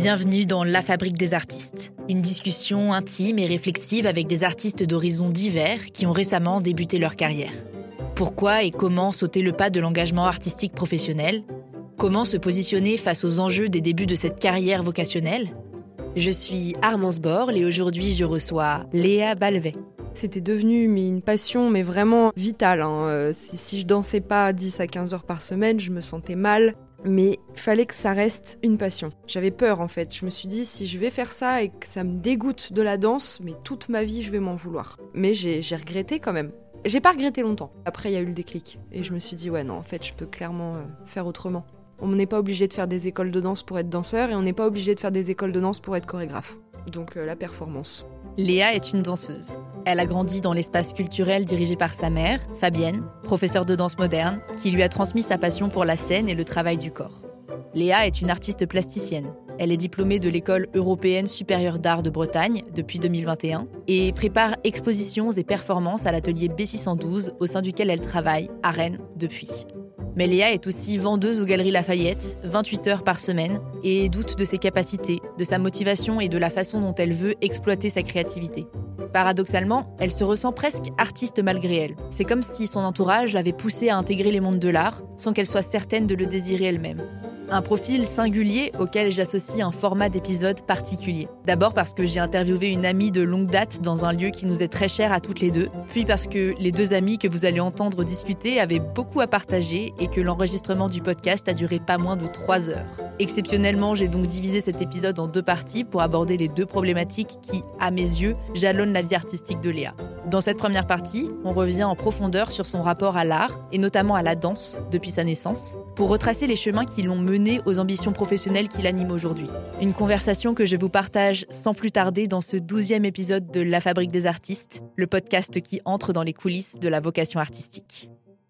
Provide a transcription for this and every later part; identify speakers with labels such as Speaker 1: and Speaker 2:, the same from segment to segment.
Speaker 1: Bienvenue dans La Fabrique des artistes, une discussion intime et réflexive avec des artistes d'horizons divers qui ont récemment débuté leur carrière. Pourquoi et comment sauter le pas de l'engagement artistique professionnel ? Comment se positionner face aux enjeux des débuts de cette carrière vocationnelle ? Je suis Armance Borle et aujourd'hui je reçois Léa Balvet.
Speaker 2: C'était devenu une passion, mais vraiment vitale. Si je dansais pas 10 à 15 heures par semaine, je me sentais mal. Mais il fallait que ça reste une passion. J'avais peur en fait. Je me suis dit, si je vais faire ça et que ça me dégoûte de la danse, mais toute ma vie je vais m'en vouloir. Mais j'ai regretté quand même. J'ai pas regretté longtemps. Après il y a eu le déclic. Et je me suis dit, ouais non, en fait je peux clairement faire autrement. On n'est pas obligé de faire des écoles de danse pour être danseur et on n'est pas obligé de faire des écoles de danse pour être chorégraphe. Donc la performance.
Speaker 1: Léa est une danseuse. Elle a grandi dans l'espace culturel dirigé par sa mère, Fabienne, professeure de danse moderne, qui lui a transmis sa passion pour la scène et le travail du corps. Léa est une artiste plasticienne. Elle est diplômée de l'École européenne supérieure d'art de Bretagne depuis 2021 et prépare expositions et performances à l'atelier B612 au sein duquel elle travaille à Rennes depuis. Mais Léa est aussi vendeuse aux Galeries Lafayette, 28 heures par semaine, et doute de ses capacités, de sa motivation et de la façon dont elle veut exploiter sa créativité. Paradoxalement, elle se ressent presque artiste malgré elle. C'est comme si son entourage l'avait poussée à intégrer les mondes de l'art, sans qu'elle soit certaine de le désirer elle-même. Un profil singulier auquel j'associe un format d'épisode particulier. D'abord parce que j'ai interviewé une amie de longue date dans un lieu qui nous est très cher à toutes les deux, puis parce que les deux amies que vous allez entendre discuter avaient beaucoup à partager et que l'enregistrement du podcast a duré pas moins de 3 heures. Exceptionnellement, j'ai donc divisé cet épisode en 2 parties pour aborder les 2 problématiques qui, à mes yeux, jalonnent la vie artistique de Léa. Dans cette première partie, on revient en profondeur sur son rapport à l'art, et notamment à la danse, depuis sa naissance, pour retracer les chemins qui l'ont mené aux ambitions professionnelles qui l'animent aujourd'hui. Une conversation que je vous partage sans plus tarder dans ce 12e épisode de La Fabrique des artistes, le podcast qui entre dans les coulisses de la vocation artistique.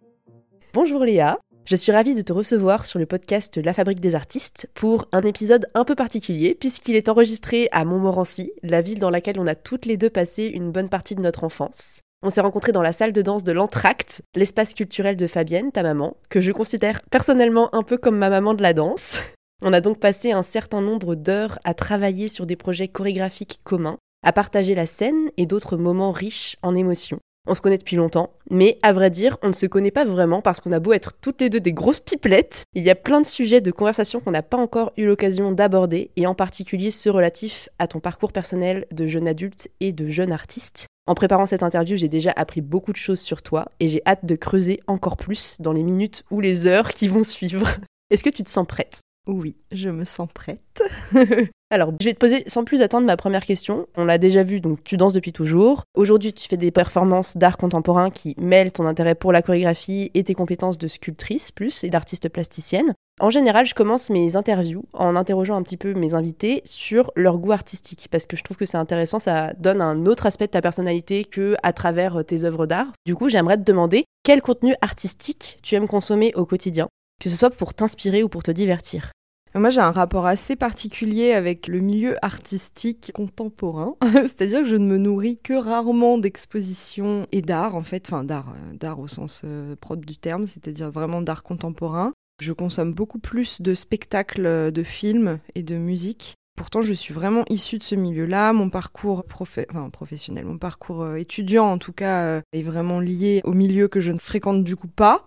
Speaker 1: Bonjour Léa, je suis ravie de te recevoir sur le podcast La Fabrique des artistes pour un épisode un peu particulier puisqu'il est enregistré à Montmorency, la ville dans laquelle on a toutes les deux passé une bonne partie de notre enfance. On s'est rencontrés dans la salle de danse de l'Entracte, l'espace culturel de Fabienne, ta maman, que je considère personnellement un peu comme ma maman de la danse. On a donc passé un certain nombre d'heures à travailler sur des projets chorégraphiques communs, à partager la scène et d'autres moments riches en émotions. On se connaît depuis longtemps, mais à vrai dire, on ne se connaît pas vraiment parce qu'on a beau être toutes les deux des grosses pipelettes, il y a plein de sujets de conversation qu'on n'a pas encore eu l'occasion d'aborder, et en particulier ceux relatifs à ton parcours personnel de jeune adulte et de jeune artiste. En préparant cette interview, j'ai déjà appris beaucoup de choses sur toi, et j'ai hâte de creuser encore plus dans les minutes ou les heures qui vont suivre. Est-ce que tu te sens prête ?
Speaker 2: Oui, je me sens prête.
Speaker 1: Alors, je vais te poser sans plus attendre ma première question. On l'a déjà vu, donc tu danses depuis toujours. Aujourd'hui, tu fais des performances d'art contemporain qui mêlent ton intérêt pour la chorégraphie et tes compétences de sculptrice plus et d'artiste plasticienne. En général, je commence mes interviews en interrogeant un petit peu mes invités sur leur goût artistique parce que je trouve que c'est intéressant, ça donne un autre aspect de ta personnalité que à travers tes œuvres d'art. Du coup, j'aimerais te demander quel contenu artistique tu aimes consommer au quotidien, que ce soit pour t'inspirer ou pour te divertir.
Speaker 2: Moi, j'ai un rapport assez particulier avec le milieu artistique contemporain. C'est-à-dire que je ne me nourris que rarement d'expositions et d'art, en fait. Enfin, d'art au sens propre du terme, c'est-à-dire vraiment d'art contemporain. Je consomme beaucoup plus de spectacles, de films et de musique. Pourtant, je suis vraiment issue de ce milieu-là. Mon parcours professionnel, mon parcours étudiant, en tout cas, est vraiment lié au milieu que je ne fréquente du coup pas.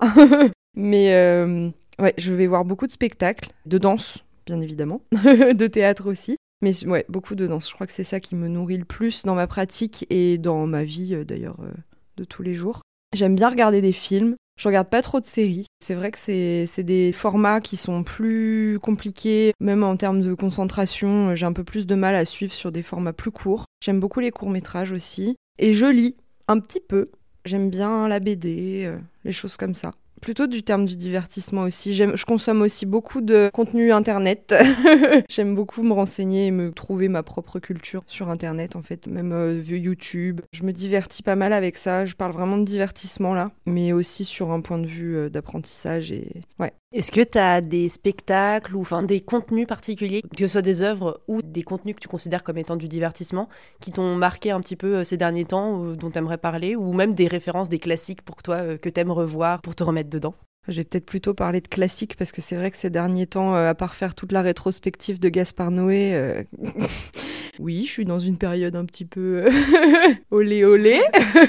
Speaker 2: Mais... ouais, je vais voir beaucoup de spectacles, de danse, bien évidemment, de théâtre aussi. Mais ouais, beaucoup de danse. Je crois que c'est ça qui me nourrit le plus dans ma pratique et dans ma vie, d'ailleurs, de tous les jours. J'aime bien regarder des films. Je regarde pas trop de séries. C'est vrai que c'est des formats qui sont plus compliqués, même en termes de concentration. J'ai un peu plus de mal à suivre sur des formats plus courts. J'aime beaucoup les courts-métrages aussi. Et je lis un petit peu. J'aime bien la BD, les choses comme ça. Plutôt du terme du divertissement aussi. Je consomme aussi beaucoup de contenu internet. J'aime beaucoup me renseigner et me trouver ma propre culture sur internet, en fait, même via YouTube. Je me divertis pas mal avec ça. Je parle vraiment de divertissement là, mais aussi sur un point de vue d'apprentissage et ouais.
Speaker 1: Est-ce que tu as des spectacles ou des contenus particuliers, que ce soit des œuvres ou des contenus que tu considères comme étant du divertissement, qui t'ont marqué un petit peu ces derniers temps, dont tu aimerais parler, ou même des références, des classiques pour toi que tu aimes revoir pour te remettre dedans ?
Speaker 2: Je vais peut-être plutôt parler de classique parce que c'est vrai que ces derniers temps, à part faire toute la rétrospective de Gaspard Noé, oui, je suis dans une période un petit peu olé olé.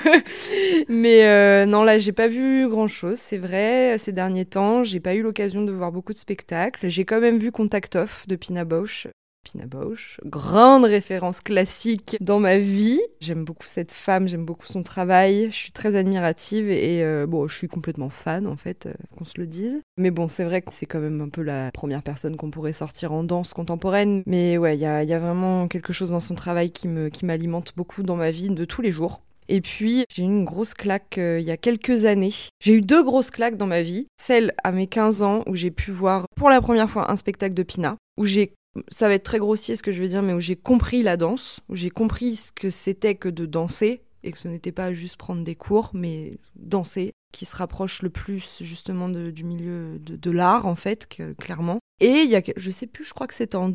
Speaker 2: Mais non, là, j'ai pas vu grand-chose, c'est vrai. Ces derniers temps, j'ai pas eu l'occasion de voir beaucoup de spectacles. J'ai quand même vu Contact Off de Pina Bausch. Pina Bausch, grande référence classique dans ma vie. J'aime beaucoup cette femme, j'aime beaucoup son travail. Je suis très admirative et bon, je suis complètement fan en fait, qu'on se le dise. Mais bon, c'est vrai que c'est quand même un peu la première personne qu'on pourrait sortir en danse contemporaine. Mais ouais, il y a vraiment quelque chose dans son travail qui m'alimente beaucoup dans ma vie de tous les jours. Et puis, j'ai eu une grosse claque il y a quelques années. J'ai eu 2 grosses claques dans ma vie. Celle à mes 15 ans où j'ai pu voir pour la première fois un spectacle de Pina, où ça va être très grossier ce que je vais dire, mais où j'ai compris la danse, où j'ai compris ce que c'était que de danser, et que ce n'était pas juste prendre des cours, mais danser, qui se rapproche le plus justement du milieu de l'art en fait, clairement. Et il y a, je sais plus, je crois que c'était en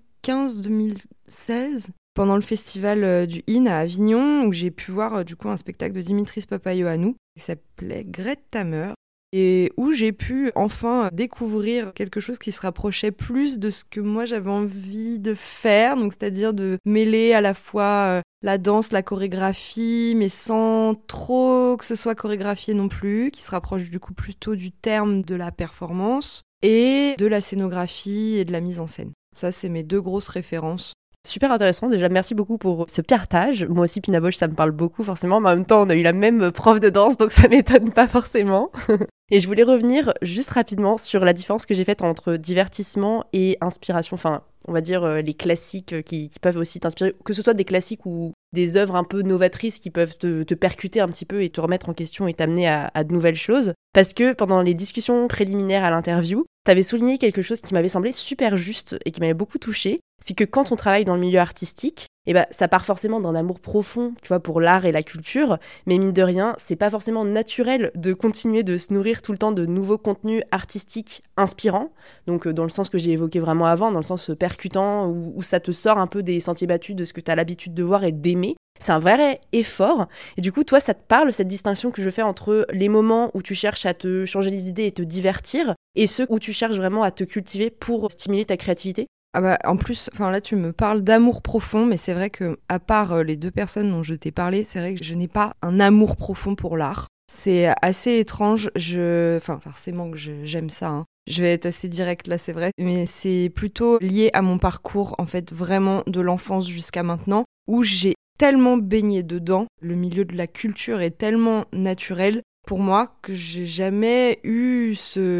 Speaker 2: 2015-2016, pendant le festival du IN à Avignon, où j'ai pu voir du coup un spectacle de Dimitris Papaioannou, qui s'appelait Greta Meurt, et où j'ai pu enfin découvrir quelque chose qui se rapprochait plus de ce que moi j'avais envie de faire, donc c'est-à-dire de mêler à la fois la danse, la chorégraphie, mais sans trop que ce soit chorégraphié non plus, qui se rapproche du coup plutôt du terme de la performance, et de la scénographie et de la mise en scène. Ça, c'est mes 2 grosses références.
Speaker 3: Super intéressant, déjà merci beaucoup pour ce partage. Moi aussi Pina Bausch ça me parle beaucoup forcément, mais en même temps on a eu la même prof de danse donc ça m'étonne pas forcément. Et je voulais revenir juste rapidement sur la différence que j'ai faite entre divertissement et inspiration, enfin on va dire les classiques qui peuvent aussi t'inspirer, que ce soit des classiques ou des œuvres un peu novatrices qui peuvent te percuter un petit peu et te remettre en question et t'amener à de nouvelles choses. Parce que pendant les discussions préliminaires à l'interview, t'avais souligné quelque chose qui m'avait semblé super juste et qui m'avait beaucoup touchée. C'est que quand on travaille dans le milieu artistique, ça part forcément d'un amour profond, tu vois, pour l'art et la culture, mais mine de rien, c'est pas forcément naturel de continuer de se nourrir tout le temps de nouveaux contenus artistiques inspirants, donc dans le sens que j'ai évoqué vraiment avant, dans le sens percutant, où ça te sort un peu des sentiers battus de ce que tu as l'habitude de voir et d'aimer. C'est un vrai effort. Et du coup, toi, ça te parle, cette distinction que je fais entre les moments où tu cherches à te changer les idées et te divertir, et ceux où tu cherches vraiment à te cultiver pour stimuler ta créativité?
Speaker 2: Ah bah, en plus, là tu me parles d'amour profond, mais c'est vrai que à part les 2 personnes dont je t'ai parlé, c'est vrai que je n'ai pas un amour profond pour l'art. C'est assez étrange, forcément que j'aime ça, hein. Je vais être assez directe là, c'est vrai, mais c'est plutôt lié à mon parcours, en fait, vraiment de l'enfance jusqu'à maintenant, où j'ai tellement baigné dedans, le milieu de la culture est tellement naturel pour moi que j'ai jamais eu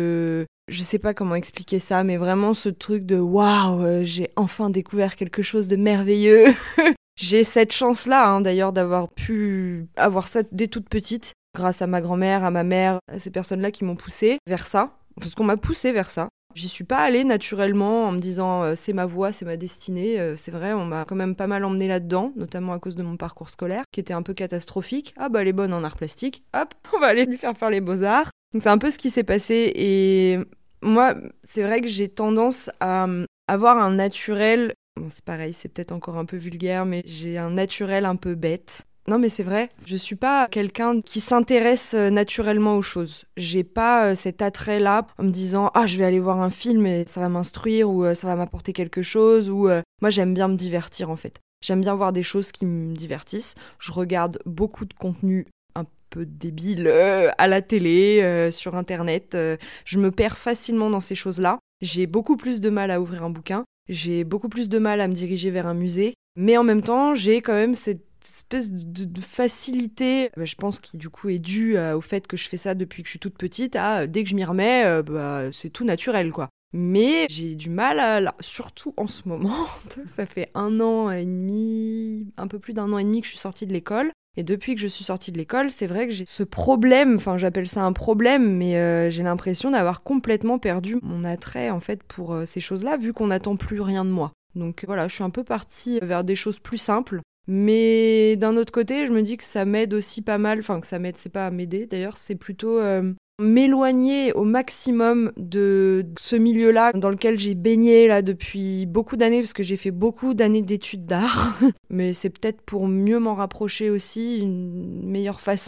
Speaker 2: je sais pas comment expliquer ça, mais vraiment ce truc de waouh, j'ai enfin découvert quelque chose de merveilleux. J'ai cette chance-là, hein, d'ailleurs, d'avoir pu avoir ça dès toute petite, grâce à ma grand-mère, à ma mère, à ces personnes-là qui m'ont poussée vers ça, parce qu'on m'a poussée vers ça. J'y suis pas allée naturellement en me disant c'est ma voie, c'est ma destinée. C'est vrai, on m'a quand même pas mal emmenée là-dedans, notamment à cause de mon parcours scolaire, qui était un peu catastrophique. Ah bah elle est bonne en arts plastiques, hop, on va aller lui faire les beaux-arts. Donc c'est un peu ce qui s'est passé et moi, c'est vrai que j'ai tendance à avoir un naturel, bon c'est pareil, c'est peut-être encore un peu vulgaire, mais j'ai un naturel un peu bête. Non mais c'est vrai, je suis pas quelqu'un qui s'intéresse naturellement aux choses. J'ai pas cet attrait-là en me disant « Ah, je vais aller voir un film et ça va m'instruire ou ça va m'apporter quelque chose » ou moi j'aime bien me divertir en fait. J'aime bien voir des choses qui me divertissent. Je regarde beaucoup de contenu un peu débile à la télé, sur internet. Je me perds facilement dans ces choses-là. J'ai beaucoup plus de mal à ouvrir un bouquin. J'ai beaucoup plus de mal à me diriger vers un musée. Mais en même temps, j'ai quand même cette espèce de facilité, je pense qui du coup est due au fait que je fais ça depuis que je suis toute petite, dès que je m'y remets, c'est tout naturel quoi. Mais j'ai du mal surtout en ce moment, ça fait 1 an et demi, un peu plus d'1 an et demi que je suis sortie de l'école. Et depuis que je suis sortie de l'école, c'est vrai que j'ai ce problème, j'appelle ça un problème, mais j'ai l'impression d'avoir complètement perdu mon attrait en fait pour ces choses-là, vu qu'on n'attend plus rien de moi. Donc voilà, je suis un peu partie vers des choses plus simples. Mais d'un autre côté, je me dis que ça m'aide aussi pas mal, que ça m'aide, c'est pas à m'aider d'ailleurs, c'est plutôt m'éloigner au maximum de ce milieu-là dans lequel j'ai baigné là depuis beaucoup d'années, parce que j'ai fait beaucoup d'années d'études d'art, mais c'est peut-être pour mieux m'en rapprocher aussi, une meilleure façon.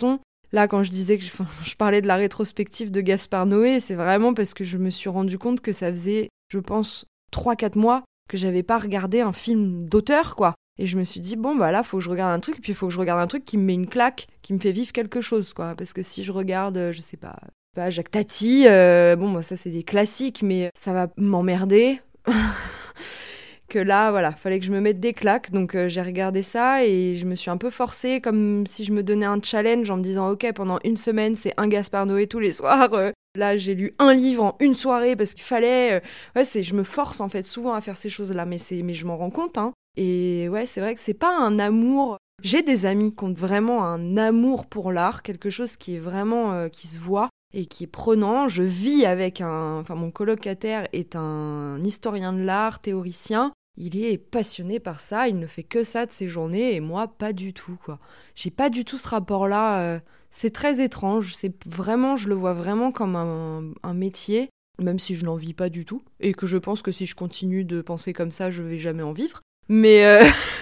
Speaker 2: Là, quand je disais que je parlais de la rétrospective de Gaspard Noé, c'est vraiment parce que je me suis rendu compte que ça faisait, je pense, 3-4 mois que j'avais pas regardé un film d'auteur, quoi. Et je me suis dit, bon, bah là, faut que je regarde un truc, et puis il faut que je regarde un truc qui me met une claque, qui me fait vivre quelque chose, quoi. Parce que si je regarde, je sais pas Jacques Tati, bon, bah, ça, c'est des classiques, mais ça va m'emmerder. Que là, voilà, fallait que je me mette des claques. Donc j'ai regardé ça et je me suis un peu forcée, comme si je me donnais un challenge en me disant, ok, pendant une semaine, c'est un Gaspard Noé tous les soirs. Là, j'ai lu un livre en une soirée parce qu'il fallait... je me force en fait souvent à faire ces choses-là, mais je m'en rends compte. Hein. Et ouais, c'est vrai que c'est pas un amour... J'ai des amis qui ont vraiment un amour pour l'art, quelque chose qui est vraiment... qui se voit et qui est prenant. Je vis avec mon colocataire est un historien de l'art, théoricien. Il est passionné par ça, il ne fait que ça de ses journées, et moi, pas du tout, quoi. J'ai pas du tout ce rapport-là. C'est très étrange. Je le vois vraiment comme un métier, même si je n'en vis pas du tout, et que je pense que si je continue de penser comme ça, je vais jamais en vivre. Mais,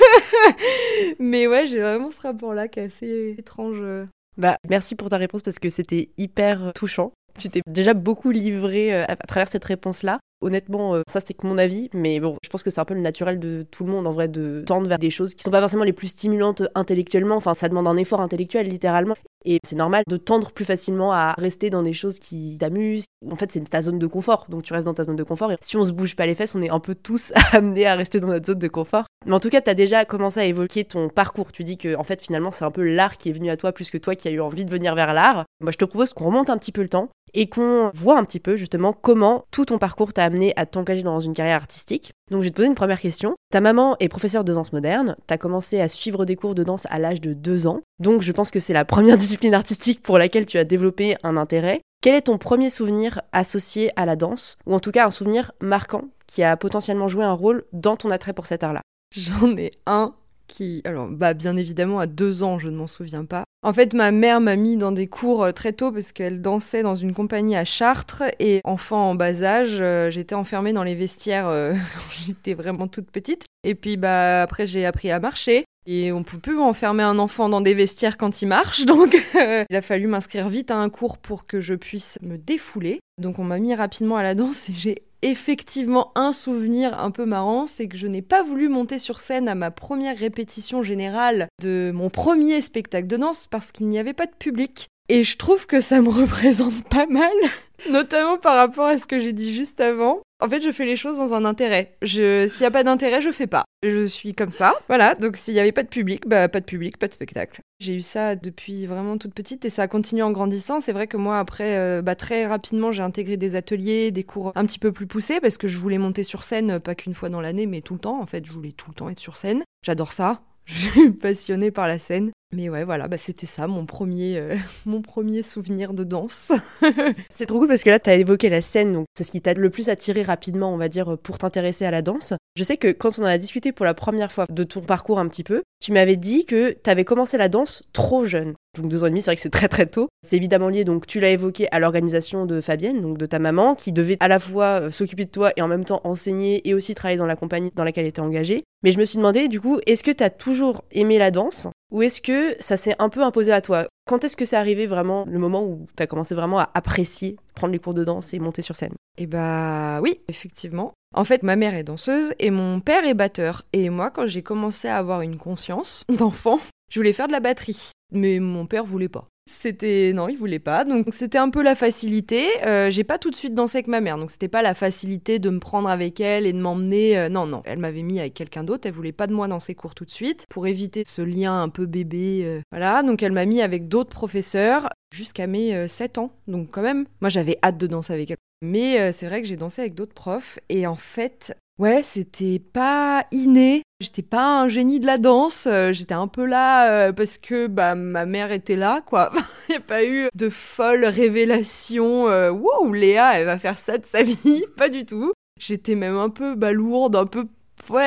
Speaker 2: mais ouais, j'ai vraiment ce rapport-là qui est assez étrange.
Speaker 3: Bah, merci pour ta réponse parce que c'était hyper touchant. Tu t'es déjà beaucoup livré à travers cette réponse-là. Honnêtement, ça c'est que mon avis, mais bon, je pense que c'est un peu le naturel de tout le monde en vrai de tendre vers des choses qui sont pas forcément les plus stimulantes intellectuellement. Enfin, ça demande un effort intellectuel littéralement. Et c'est normal de tendre plus facilement à rester dans des choses qui t'amusent. En fait, c'est ta zone de confort, donc tu restes dans ta zone de confort. Et si on se bouge pas les fesses, on est un peu tous amenés à rester dans notre zone de confort. Mais en tout cas, t'as déjà commencé à évoquer ton parcours. Tu dis que en fait, finalement, c'est un peu l'art qui est venu à toi plus que toi qui as eu envie de venir vers l'art. Moi, je te propose qu'on remonte un petit peu le temps et qu'on voit un petit peu justement comment tout ton parcours t'a amené à t'engager dans une carrière artistique. Donc je vais te poser une première question. Ta maman est professeure de danse moderne, t'as commencé à suivre des cours de danse à l'âge de 2 ans, donc je pense que c'est la première discipline artistique pour laquelle tu as développé un intérêt. Quel est ton premier souvenir associé à la danse, ou en tout cas un souvenir marquant qui a potentiellement joué un rôle dans ton attrait pour cet art-là?
Speaker 2: J'en ai un bien évidemment, à 2 ans, je ne m'en souviens pas. En fait, ma mère m'a mis dans des cours très tôt parce qu'elle dansait dans une compagnie à Chartres et enfant en bas âge, j'étais enfermée dans les vestiaires quand j'étais vraiment toute petite. Et puis après, j'ai appris à marcher. Et on ne peut plus enfermer un enfant dans des vestiaires quand il marche, donc il a fallu m'inscrire vite à un cours pour que je puisse me défouler. Donc on m'a mis rapidement à la danse et j'ai effectivement un souvenir un peu marrant, c'est que je n'ai pas voulu monter sur scène à ma première répétition générale de mon premier spectacle de danse parce qu'il n'y avait pas de public. Et je trouve que ça me représente pas mal, notamment par rapport à ce que j'ai dit juste avant. En fait, je fais les choses dans un intérêt. S'il n'y a pas d'intérêt, je fais pas. Je suis comme ça. Voilà, donc s'il n'y avait pas de public, pas de public, pas de spectacle. J'ai eu ça depuis vraiment toute petite et ça a continué en grandissant. C'est vrai que moi, après, très rapidement, j'ai intégré des ateliers, des cours un petit peu plus poussés parce que je voulais monter sur scène, pas qu'une fois dans l'année, mais tout le temps. En fait, je voulais tout le temps être sur scène. J'adore ça. Je suis passionnée par la scène. Mais ouais, voilà, c'était ça, mon premier souvenir de danse.
Speaker 3: C'est trop cool parce que là, tu as évoqué la scène, donc c'est ce qui t'a le plus attiré rapidement, on va dire, pour t'intéresser à la danse. Je sais que quand on en a discuté pour la première fois de ton parcours un petit peu, tu m'avais dit que tu avais commencé la danse trop jeune. Donc 2 ans et demi, c'est vrai que c'est très très tôt. C'est évidemment lié, donc tu l'as évoqué, à l'organisation de Fabienne, donc de ta maman, qui devait à la fois s'occuper de toi et en même temps enseigner et aussi travailler dans la compagnie dans laquelle elle était engagée. Mais je me suis demandé, du coup, est-ce que tu as toujours aimé la danse ou est-ce que ça s'est un peu imposé à toi? Quand est-ce que c'est arrivé vraiment le moment où tu as commencé vraiment à apprécier prendre les cours de danse et monter sur scène?
Speaker 2: Eh oui, effectivement. En fait, ma mère est danseuse et mon père est batteur. Et moi, quand j'ai commencé à avoir une conscience d'enfant, je voulais faire de la batterie. Mais mon père voulait pas. Non, il voulait pas. Donc c'était un peu la facilité. J'ai pas tout de suite dansé avec ma mère. Donc c'était pas la facilité de me prendre avec elle et de m'emmener. Non. Elle m'avait mis avec quelqu'un d'autre. Elle voulait pas de moi dans ses cours tout de suite. Pour éviter ce lien un peu bébé. Voilà. Donc elle m'a mis avec d'autres professeurs jusqu'à mes 7 ans. Donc quand même, moi j'avais hâte de danser avec elle. Mais c'est vrai que j'ai dansé avec d'autres profs. Et en fait, ouais, c'était pas inné. J'étais pas un génie de la danse. J'étais un peu là parce que ma mère était là, quoi. Il n'y a pas eu de folle révélation. Wow, Léa, elle va faire ça de sa vie. Pas du tout. J'étais même un peu balourde, un peu... Ouais,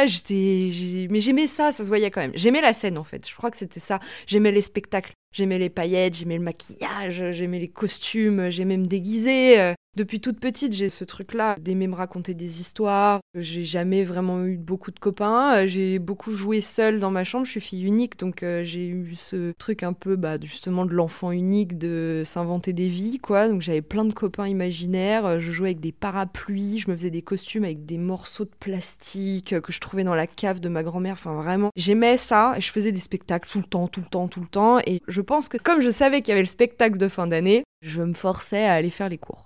Speaker 2: mais j'aimais ça se voyait quand même. J'aimais la scène, en fait. Je crois que c'était ça. J'aimais les spectacles. J'aimais les paillettes, j'aimais le maquillage, j'aimais les costumes, j'aimais me déguiser. Depuis toute petite, j'ai ce truc-là d'aimer me raconter des histoires. J'ai jamais vraiment eu beaucoup de copains. J'ai beaucoup joué seule dans ma chambre. Je suis fille unique, donc j'ai eu ce truc un peu justement de l'enfant unique, de s'inventer des vies, quoi. Donc j'avais plein de copains imaginaires. Je jouais avec des parapluies. Je me faisais des costumes avec des morceaux de plastique que je trouvais dans la cave de ma grand-mère. Enfin, vraiment, j'aimais ça. Et je faisais des spectacles tout le temps. Et je pense que comme je savais qu'il y avait le spectacle de fin d'année, je me forçais à aller faire les cours.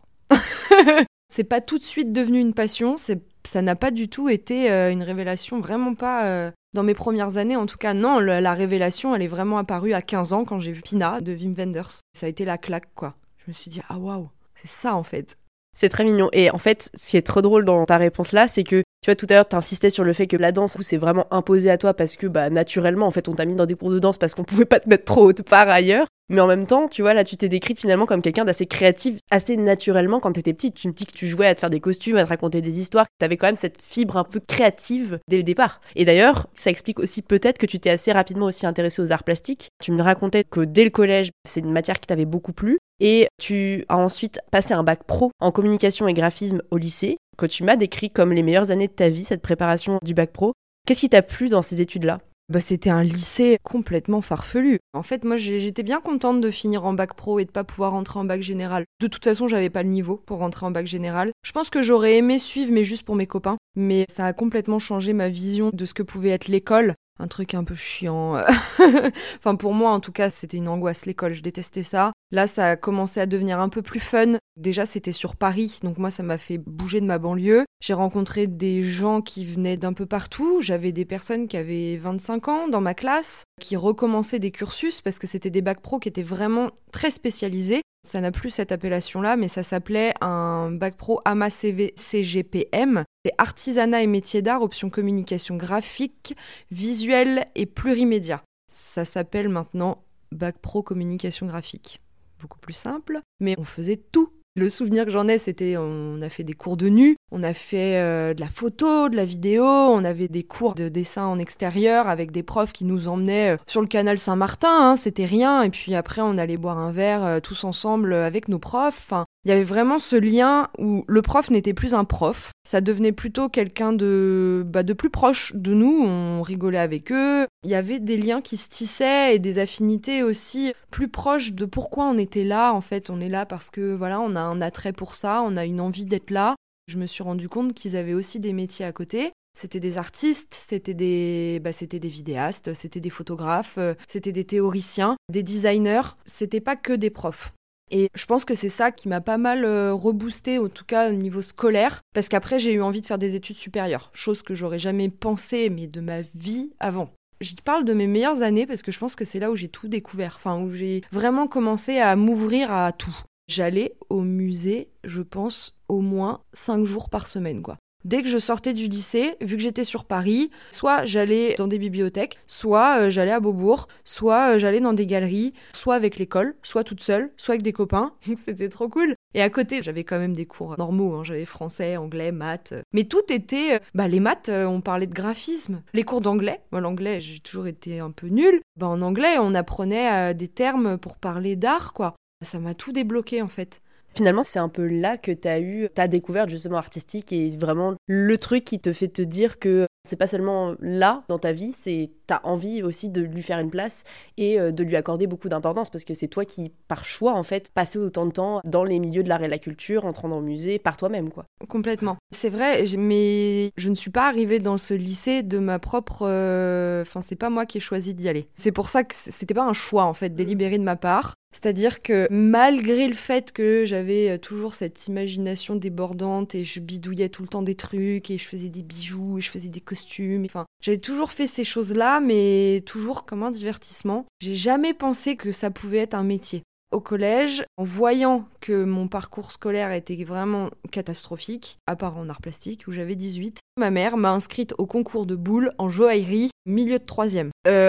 Speaker 2: C'est pas tout de suite devenu une passion, ça n'a pas du tout été une révélation, vraiment pas dans mes premières années en tout cas. Non, la révélation, elle est vraiment apparue à 15 ans quand j'ai vu Pina de Wim Wenders. Ça a été la claque, quoi. Je me suis dit, ah waouh, c'est ça en fait.
Speaker 3: C'est très mignon. Et en fait, ce qui est trop drôle dans ta réponse là, c'est que tu vois, tout à l'heure, t'insistais sur le fait que la danse, c'est vraiment imposé à toi parce que naturellement, en fait, on t'a mis dans des cours de danse parce qu'on pouvait pas te mettre trop haute part ailleurs. Mais en même temps, tu vois, là, tu t'es décrite finalement comme quelqu'un d'assez créatif, assez naturellement quand t'étais petite. Tu me dis que tu jouais à te faire des costumes, à te raconter des histoires. T'avais quand même cette fibre un peu créative dès le départ. Et d'ailleurs, ça explique aussi peut-être que tu t'es assez rapidement aussi intéressée aux arts plastiques. Tu me racontais que dès le collège, c'est une matière qui t'avait beaucoup plu. Et tu as ensuite passé un bac pro en communication et graphisme au lycée, que tu m'as décrit comme les meilleures années de ta vie, cette préparation du bac pro. Qu'est-ce qui t'a plu dans ces études-là ?
Speaker 2: C'était un lycée complètement farfelu. En fait, moi, j'étais bien contente de finir en bac pro et de pas pouvoir rentrer en bac général. De toute façon, j'avais pas le niveau pour rentrer en bac général. Je pense que j'aurais aimé suivre, mais juste pour mes copains. Mais ça a complètement changé ma vision de ce que pouvait être l'école. Un truc un peu chiant. Enfin, pour moi, en tout cas, c'était une angoisse, l'école. Je détestais ça. Là, ça a commencé à devenir un peu plus fun. Déjà, c'était sur Paris, donc moi, ça m'a fait bouger de ma banlieue. J'ai rencontré des gens qui venaient d'un peu partout. J'avais des personnes qui avaient 25 ans dans ma classe, qui recommençaient des cursus parce que c'était des bacs pro qui étaient vraiment très spécialisés. Ça n'a plus cette appellation-là, mais ça s'appelait un bac pro AMA CV CGPM. C'est artisanat et métiers d'art, option communication graphique, visuelle et plurimédia. Ça s'appelle maintenant bac pro communication graphique. Beaucoup plus simple, mais on faisait tout. Le souvenir que j'en ai, c'était on a fait des cours de nu, on a fait de la photo, de la vidéo, on avait des cours de dessin en extérieur avec des profs qui nous emmenaient sur le canal Saint-Martin, c'était rien. Et puis après, on allait boire un verre tous ensemble avec nos profs. Enfin, il y avait vraiment ce lien où le prof n'était plus un prof, ça devenait plutôt quelqu'un de plus proche de nous, on rigolait avec eux. Il y avait des liens qui se tissaient et des affinités aussi plus proches de pourquoi on était là. En fait, on est là parce que voilà, on a un attrait pour ça, on a une envie d'être là. Je me suis rendu compte qu'ils avaient aussi des métiers à côté. C'était des artistes, c'était des vidéastes, c'était des photographes, c'était des théoriciens, des designers. C'était pas que des profs. Et je pense que c'est ça qui m'a pas mal reboosté, en tout cas au niveau scolaire, parce qu'après j'ai eu envie de faire des études supérieures, chose que j'aurais jamais pensé, mais de ma vie avant. Je te parle de mes meilleures années parce que je pense que c'est là où j'ai tout découvert, enfin où j'ai vraiment commencé à m'ouvrir à tout. J'allais au musée, je pense, au moins 5 jours par semaine, quoi. Dès que je sortais du lycée, vu que j'étais sur Paris, soit j'allais dans des bibliothèques, soit j'allais à Beaubourg, soit j'allais dans des galeries, soit avec l'école, soit toute seule, soit avec des copains. C'était trop cool. Et à côté, j'avais quand même des cours normaux, hein. J'avais français, anglais, maths. Mais tout était... les maths, on parlait de graphisme. Les cours d'anglais, moi l'anglais, j'ai toujours été un peu nulle. En anglais, on apprenait des termes pour parler d'art, quoi. Ça m'a tout débloqué, en fait.
Speaker 3: Finalement, c'est un peu là que tu as eu ta découverte justement artistique et vraiment le truc qui te fait te dire que c'est pas seulement là dans ta vie, c'est t'as envie aussi de lui faire une place et de lui accorder beaucoup d'importance parce que c'est toi qui, par choix en fait, passais autant de temps dans les milieux de l'art et la culture, entrant dans le musée, par toi-même quoi.
Speaker 2: Complètement. C'est vrai, mais je ne suis pas arrivée dans ce lycée de ma propre... Enfin, c'est pas moi qui ai choisi d'y aller. C'est pour ça que c'était pas un choix en fait, délibéré de ma part. C'est-à-dire que malgré le fait que j'avais toujours cette imagination débordante et je bidouillais tout le temps des trucs et je faisais des bijoux et je faisais des costumes, enfin, j'avais toujours fait ces choses-là mais toujours comme un divertissement. J'ai jamais pensé que ça pouvait être un métier. Au collège, en voyant que mon parcours scolaire était vraiment catastrophique, à part en arts plastiques où j'avais 18, ma mère m'a inscrite au concours de boules en joaillerie, milieu de 3e.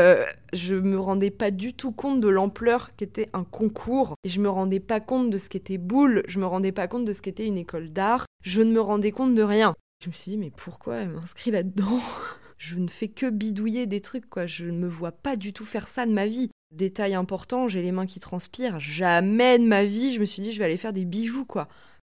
Speaker 2: Je me rendais pas du tout compte de l'ampleur qu'était un concours et je me rendais pas compte de ce qu'était boule, je me rendais pas compte de ce qu'était une école d'art, je ne me rendais compte de rien. Je me suis dit mais pourquoi elle m'inscrit là-dedans ? Je ne fais que bidouiller des trucs quoi, je ne me vois pas du tout faire ça de ma vie. Détail important, j'ai les mains qui transpirent, jamais de ma vie je me suis dit je vais aller faire des bijoux quoi.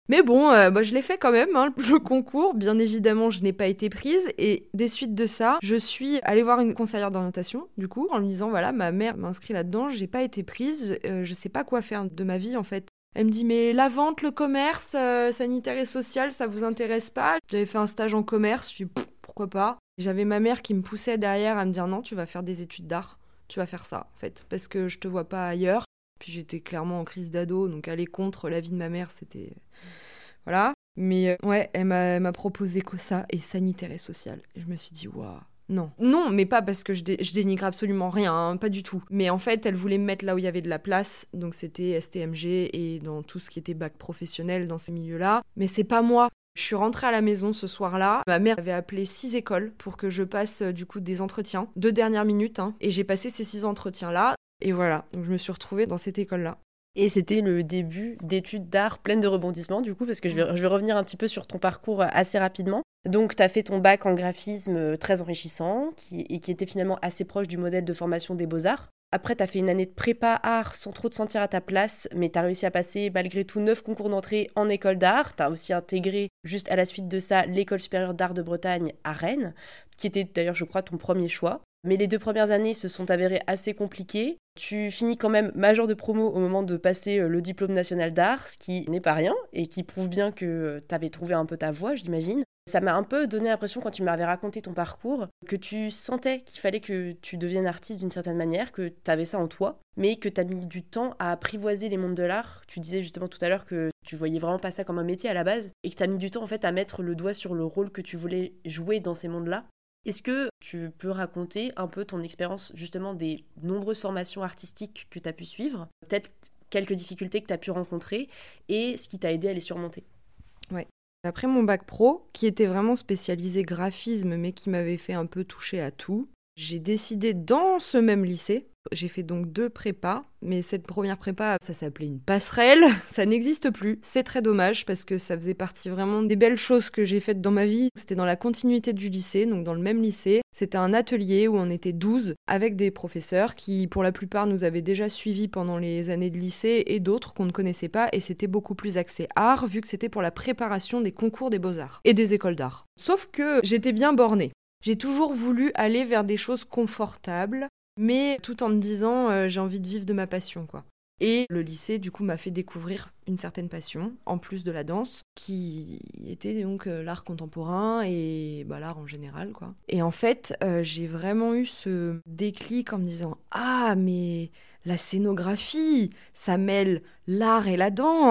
Speaker 2: Mais bon, je l'ai fait quand même, hein, le concours. Bien évidemment, je n'ai pas été prise. Et des suites de ça, je suis allée voir une conseillère d'orientation, du coup, en lui disant, voilà, ma mère m'a inscrit là-dedans, j'ai pas été prise, je sais pas quoi faire de ma vie, en fait. Elle me dit, mais la vente, le commerce, sanitaire et social, ça vous intéresse pas? J'avais fait un stage en commerce, je dis, pourquoi pas? J'avais ma mère qui me poussait derrière à me dire, non, tu vas faire des études d'art, tu vas faire ça, en fait, parce que je te vois pas ailleurs. Puis j'étais clairement en crise d'ado, donc aller contre l'avis de ma mère, c'était... Voilà. Mais ouais, elle m'a proposé que ça, et sanitaire et social. Et je me suis dit, waouh, non. Non, mais pas parce que je dénigre absolument rien, hein, pas du tout. Mais en fait, elle voulait me mettre là où il y avait de la place, donc c'était STMG et dans tout ce qui était bac professionnel dans ces milieux-là. Mais c'est pas moi. Je suis rentrée à la maison ce soir-là. Ma mère avait appelé 6 écoles pour que je passe du coup des entretiens, de dernière minute, hein, et j'ai passé ces 6 entretiens-là. Et voilà, donc je me suis retrouvée dans cette école-là.
Speaker 3: Et c'était le début d'études d'art pleines de rebondissements, du coup, parce que je vais revenir un petit peu sur ton parcours assez rapidement. Donc, tu as fait ton bac en graphisme très enrichissant, qui était finalement assez proche du modèle de formation des beaux-arts. Après, tu as fait une année de prépa art sans trop te sentir à ta place, mais tu as réussi à passer malgré tout 9 concours d'entrée en école d'art. Tu as aussi intégré, juste à la suite de ça, l'École supérieure d'art de Bretagne à Rennes, qui était d'ailleurs, je crois, ton premier choix. Mais les 2 premières années se sont avérées assez compliquées. Tu finis quand même major de promo au moment de passer le diplôme national d'art, ce qui n'est pas rien et qui prouve bien que tu avais trouvé un peu ta voie, j'imagine. Ça m'a un peu donné l'impression, quand tu m'avais raconté ton parcours, que tu sentais qu'il fallait que tu deviennes artiste d'une certaine manière, que tu avais ça en toi, mais que tu as mis du temps à apprivoiser les mondes de l'art. Tu disais justement tout à l'heure que tu voyais vraiment pas ça comme un métier à la base, et que tu as mis du temps en fait à mettre le doigt sur le rôle que tu voulais jouer dans ces mondes-là. Est-ce que tu peux raconter un peu ton expérience justement des nombreuses formations artistiques que tu as pu suivre, peut-être quelques difficultés que tu as pu rencontrer et ce qui t'a aidé à les surmonter?
Speaker 2: Ouais. Après mon bac pro, qui était vraiment spécialisé graphisme mais qui m'avait fait un peu toucher à tout, j'ai décidé dans ce même lycée, j'ai fait donc 2 prépas, mais cette première prépa, ça s'appelait une passerelle, ça n'existe plus, c'est très dommage parce que ça faisait partie vraiment des belles choses que j'ai faites dans ma vie. C'était dans la continuité du lycée, donc dans le même lycée. C'était un atelier où on était 12 avec des professeurs qui, pour la plupart, nous avaient déjà suivis pendant les années de lycée et d'autres qu'on ne connaissait pas, et c'était beaucoup plus axé art vu que c'était pour la préparation des concours des beaux-arts et des écoles d'art. Sauf que j'étais bien bornée. J'ai toujours voulu aller vers des choses confortables, mais tout en me disant j'ai envie de vivre de ma passion, quoi. Et le lycée, du coup, m'a fait découvrir une certaine passion, en plus de la danse, qui était donc l'art contemporain et l'art en général, quoi. Et en fait, j'ai vraiment eu ce déclic en me disant « Ah, mais la scénographie, ça mêle l'art et la danse !»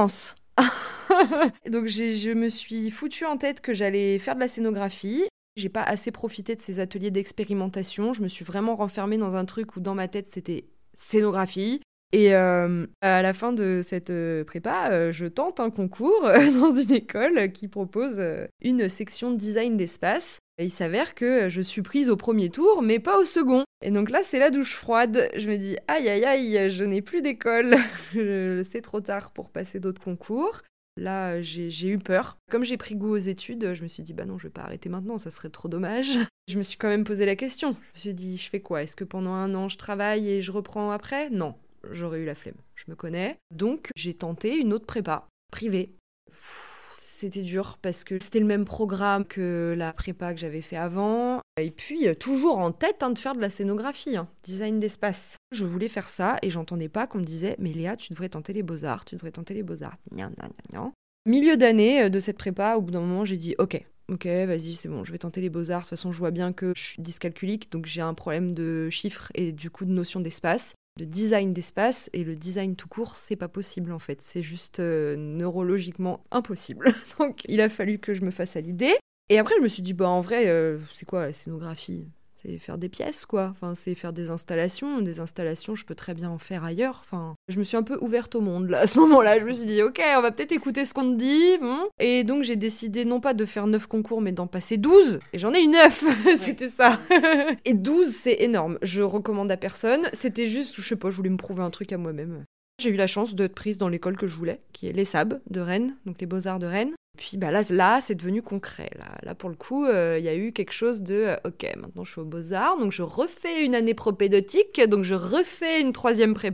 Speaker 2: Donc je me suis foutu en tête que j'allais faire de la scénographie. J'ai pas assez profité de ces ateliers d'expérimentation. Je me suis vraiment renfermée dans un truc où dans ma tête c'était scénographie. Et à la fin de cette prépa, je tente un concours dans une école qui propose une section design d'espace. Et il s'avère que je suis prise au premier tour, mais pas au second. Et donc là, c'est la douche froide. Je me dis, aïe, aïe, aïe, je n'ai plus d'école. C'est trop tard pour passer d'autres concours. Là, j'ai eu peur. Comme j'ai pris goût aux études, je me suis dit, bah non, je vais pas arrêter maintenant, ça serait trop dommage. Je me suis quand même posé la question. Je me suis dit, je fais quoi? Est-ce que pendant 1 an, je travaille et je reprends après? Non, j'aurais eu la flemme. Je me connais. Donc, j'ai tenté une autre prépa, privée. C'était dur parce que c'était le même programme que la prépa que j'avais fait avant. Et puis, toujours en tête de faire de la scénographie, design d'espace. Je voulais faire ça et j'entendais pas qu'on me disait « Mais Léa, tu devrais tenter les beaux-arts, tu devrais tenter les beaux-arts. » Milieu d'année de cette prépa, au bout d'un moment, j'ai dit « Ok, vas-y, c'est bon, je vais tenter les beaux-arts. De toute façon, je vois bien que je suis dyscalculique, donc j'ai un problème de chiffres et du coup de notion d'espace. » Le design d'espace et le design tout court, c'est pas possible en fait. C'est juste neurologiquement impossible. Donc il a fallu que je me fasse à l'idée. Et après je me suis dit, en vrai, c'est quoi la scénographie? C'est faire des pièces, quoi. Enfin, c'est faire des installations. Des installations, je peux très bien en faire ailleurs. Enfin, je me suis un peu ouverte au monde, là, à ce moment-là. Je me suis dit, ok, on va peut-être écouter ce qu'on te dit. Et donc, j'ai décidé non pas de faire 9 concours, mais d'en passer 12. Et j'en ai eu 9. C'était ça. Et 12, c'est énorme. Je recommande à personne. C'était juste, je sais pas, je voulais me prouver un truc à moi-même. J'ai eu la chance d'être prise dans l'école que je voulais, qui est l'ESSAB de Rennes, donc les Beaux-Arts de Rennes. Puis là, c'est devenu concret. Là pour le coup, il y a eu quelque chose de ok, maintenant je suis aux Beaux-Arts, donc je refais une année propédeutique, donc je refais une 3e prépa.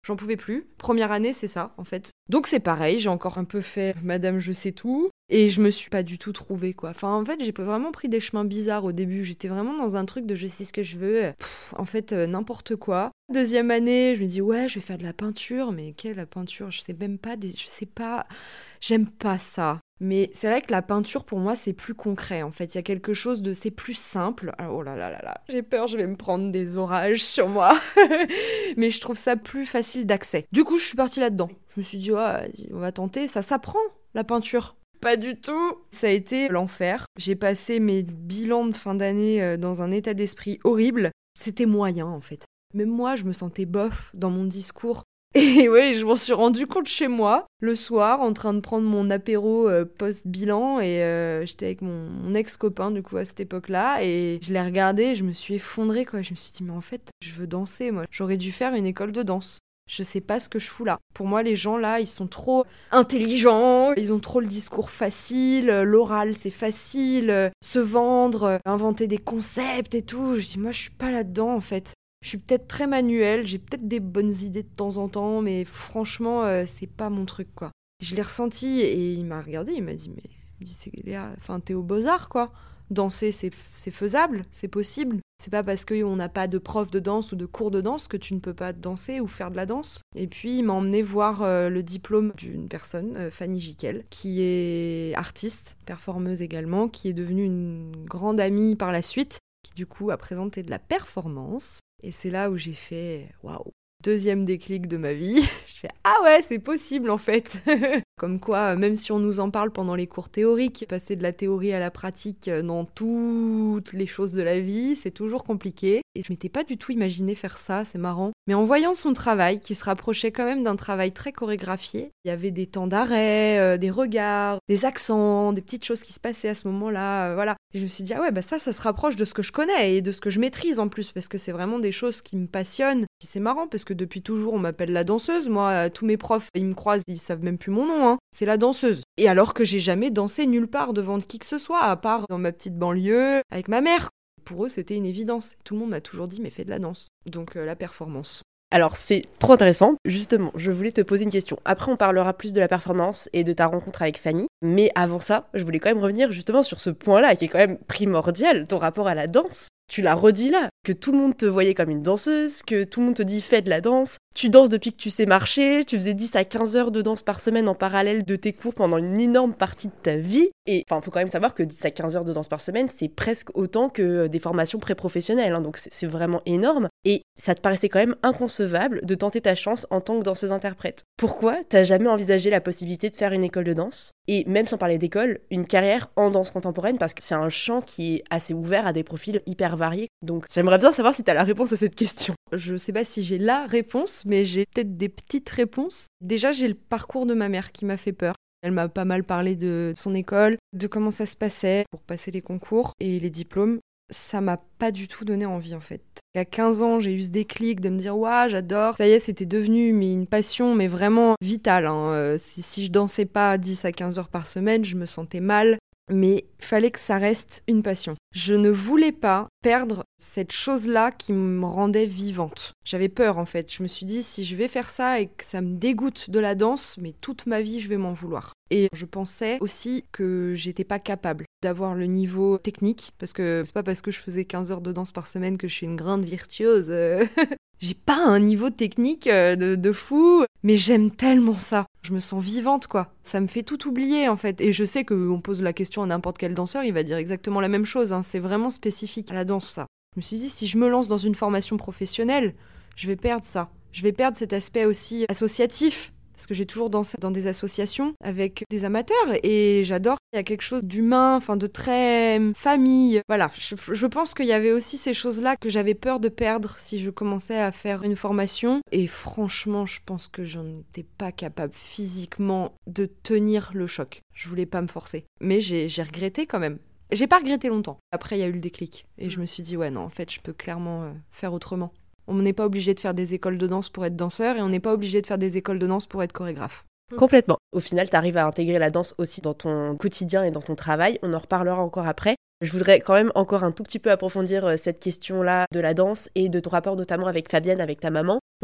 Speaker 2: J'en pouvais plus. Première année, c'est ça, en fait. Donc c'est pareil, j'ai encore un peu fait Madame je sais tout. Et je me suis pas du tout trouvée, quoi. Enfin, en fait, j'ai vraiment pris des chemins bizarres au début. J'étais vraiment dans un truc de je sais ce que je veux. En fait, n'importe quoi. Deuxième année, je me dis, ouais, je vais faire de la peinture. Mais quelle la peinture? Je sais même pas, je sais pas. J'aime pas ça. Mais c'est vrai que la peinture, pour moi, c'est plus concret, en fait. Il y a quelque chose de... C'est plus simple. Alors, oh là là là là, j'ai peur, je vais me prendre des orages sur moi. Mais je trouve ça plus facile d'accès. Du coup, je suis partie là-dedans. Je me suis dit, ouais, on va tenter. Ça s'apprend, la peinture. Pas du tout. Ça a été l'enfer. J'ai passé mes bilans de fin d'année dans un état d'esprit horrible. C'était moyen, en fait. Même moi, je me sentais bof dans mon discours. Et ouais, je m'en suis rendu compte chez moi, le soir, en train de prendre mon apéro post-bilan. Et j'étais avec mon ex-copain, du coup, à cette époque-là. Et je l'ai regardé et je me suis effondrée, quoi. Je me suis dit, mais en fait, je veux danser, moi. J'aurais dû faire une école de danse. Je sais pas ce que je fous là. Pour moi, les gens là, ils sont trop intelligents, ils ont trop le discours facile, l'oral c'est facile, se vendre, inventer des concepts et tout. Je dis, moi je suis pas là-dedans en fait. Je suis peut-être très manuelle, j'ai peut-être des bonnes idées de temps en temps, mais franchement, c'est pas mon truc quoi. Je l'ai ressenti et il m'a regardé, il m'a dit, mais c'est Léa, enfin t'es aux Beaux-Arts quoi. Danser, c'est faisable, c'est possible. C'est pas parce qu'on n'a pas de prof de danse ou de cours de danse que tu ne peux pas danser ou faire de la danse. Et puis, il m'a emmené voir le diplôme d'une personne, Fanny Jiquel, qui est artiste, performeuse également, qui est devenue une grande amie par la suite, qui du coup a présenté de la performance. Et c'est là où j'ai fait « waouh ». Deuxième déclic de ma vie, je fais « ah ouais, c'est possible en fait !» Comme quoi, même si on nous en parle pendant les cours théoriques, passer de la théorie à la pratique dans toutes les choses de la vie, c'est toujours compliqué. Et je m'étais pas du tout imaginé faire ça, c'est marrant. Mais en voyant son travail, qui se rapprochait quand même d'un travail très chorégraphié, il y avait des temps d'arrêt, des regards, des accents, des petites choses qui se passaient à ce moment-là, voilà. Et je me suis dit, ah ouais, bah ça se rapproche de ce que je connais et de ce que je maîtrise en plus, parce que c'est vraiment des choses qui me passionnent. Puis c'est marrant, parce que depuis toujours, on m'appelle la danseuse. Moi, tous mes profs, ils me croisent, ils savent même plus mon nom, hein. C'est la danseuse. Et alors que j'ai jamais dansé nulle part devant qui que ce soit, à part dans ma petite banlieue, avec ma mère. Pour eux, c'était une évidence. Tout le monde m'a toujours dit, mais fais de la danse. Donc la performance.
Speaker 3: Alors, c'est trop intéressant. Justement, je voulais te poser une question. Après, on parlera plus de la performance et de ta rencontre avec Fanny. Mais avant ça, je voulais quand même revenir justement sur ce point-là, qui est quand même primordial, ton rapport à la danse. Tu l'as redit là, que tout le monde te voyait comme une danseuse, que tout le monde te dit fais de la danse. Tu danses depuis que tu sais marcher, tu faisais 10 à 15 heures de danse par semaine en parallèle de tes cours pendant une énorme partie de ta vie. Et enfin, faut quand même savoir que 10 à 15 heures de danse par semaine, c'est presque autant que des formations pré-professionnelles, hein, donc c'est vraiment énorme. Et ça te paraissait quand même inconcevable de tenter ta chance en tant que danseuse-interprète. Pourquoi t'as jamais envisagé la possibilité de faire une école de danse? Et même sans parler d'école, une carrière en danse contemporaine, parce que c'est un champ qui est assez ouvert à des profils hyper variés. Donc j'aimerais bien savoir si t'as la réponse à cette question.
Speaker 2: Je sais pas si j'ai la réponse, mais j'ai peut-être des petites réponses. Déjà, j'ai le parcours de ma mère qui m'a fait peur. Elle m'a pas mal parlé de son école, de comment ça se passait pour passer les concours et les diplômes. Ça m'a pas du tout donné envie en fait. À 15 ans, j'ai eu ce déclic de me dire « Ouah, j'adore ». Ça y est, c'était devenu une passion, mais vraiment vitale. Hein. Si je dansais pas 10 à 15 heures par semaine, je me sentais mal. Mais il fallait que ça reste une passion. Je ne voulais pas perdre cette chose-là qui me rendait vivante. J'avais peur en fait. Je me suis dit, si je vais faire ça et que ça me dégoûte de la danse, mais toute ma vie, je vais m'en vouloir. Et je pensais aussi que j'étais pas capable d'avoir le niveau technique, parce que c'est pas parce que je faisais 15 heures de danse par semaine que je suis une grande virtuose. J'ai pas un niveau technique de fou, mais j'aime tellement ça. Je me sens vivante, quoi. Ça me fait tout oublier, en fait. Et je sais qu'on pose la question à n'importe quel danseur, il va dire exactement la même chose. Hein. C'est vraiment spécifique à la danse, ça. Je me suis dit, si je me lance dans une formation professionnelle, je vais perdre ça. Je vais perdre cet aspect aussi associatif. Parce que j'ai toujours dansé dans des associations avec des amateurs et j'adore. Il y a quelque chose d'humain, enfin de très famille. Voilà, je pense qu'il y avait aussi ces choses-là que j'avais peur de perdre si je commençais à faire une formation. Et franchement, je pense que j'en étais pas capable physiquement de tenir le choc. Je voulais pas me forcer. Mais j'ai regretté quand même. J'ai pas regretté longtemps. Après, il y a eu le déclic. Et je me suis dit, ouais, non, en fait, je peux clairement faire autrement. On n'est pas obligé de faire des écoles de danse pour être danseur et on n'est pas obligé de faire des écoles de danse pour être chorégraphe.
Speaker 3: Complètement. Au final, tu arrives à intégrer la danse aussi dans ton quotidien et dans ton travail. On en reparlera encore après. Je voudrais quand même encore un tout petit peu approfondir cette question-là de la danse et de ton rapport notamment avec Fabienne, avec ta maman.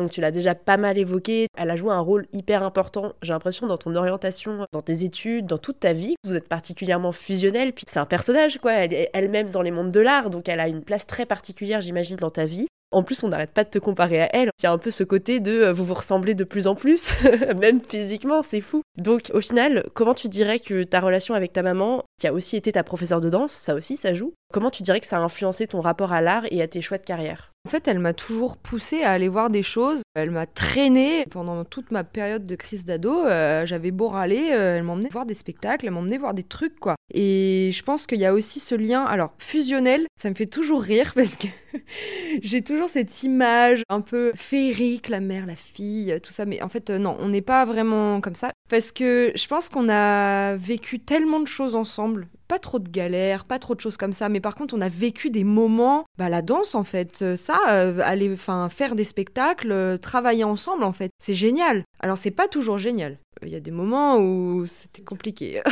Speaker 3: Donc tu l'as déjà pas mal évoqué, elle a joué un rôle hyper important, j'ai l'impression, dans ton orientation, dans tes études, dans toute ta vie. Vous êtes particulièrement fusionnelle, puis c'est un personnage, quoi. Elle est elle-même dans les mondes de l'art, donc elle a une place très particulière, j'imagine, dans ta vie. En plus, on n'arrête pas de te comparer à elle. Il y a un peu ce côté de vous ressemblez de plus en plus, même physiquement, c'est fou. Donc au final, comment tu dirais que ta relation avec ta maman, qui a aussi été ta professeure de danse, ça aussi, ça joue, comment tu dirais que ça a influencé ton rapport à l'art et à tes choix de carrière ?
Speaker 2: En fait, elle m'a toujours poussée à aller voir des choses. Elle m'a traînée pendant toute ma période de crise d'ado. J'avais beau râler, elle m'emmenait voir des spectacles, elle m'emmenait voir des trucs, quoi. Et je pense qu'il y a aussi ce lien, alors fusionnel, ça me fait toujours rire parce que j'ai toujours cette image un peu féerique, la mère, la fille, tout ça. Mais en fait, non, on n'est pas vraiment comme ça. Parce que je pense qu'on a vécu tellement de choses ensemble. Pas trop de galères, pas trop de choses comme ça, mais par contre on a vécu des moments, la danse en fait, aller faire des spectacles, travailler ensemble en fait, c'est génial. Alors c'est pas toujours génial, il y a des moments où c'était compliqué,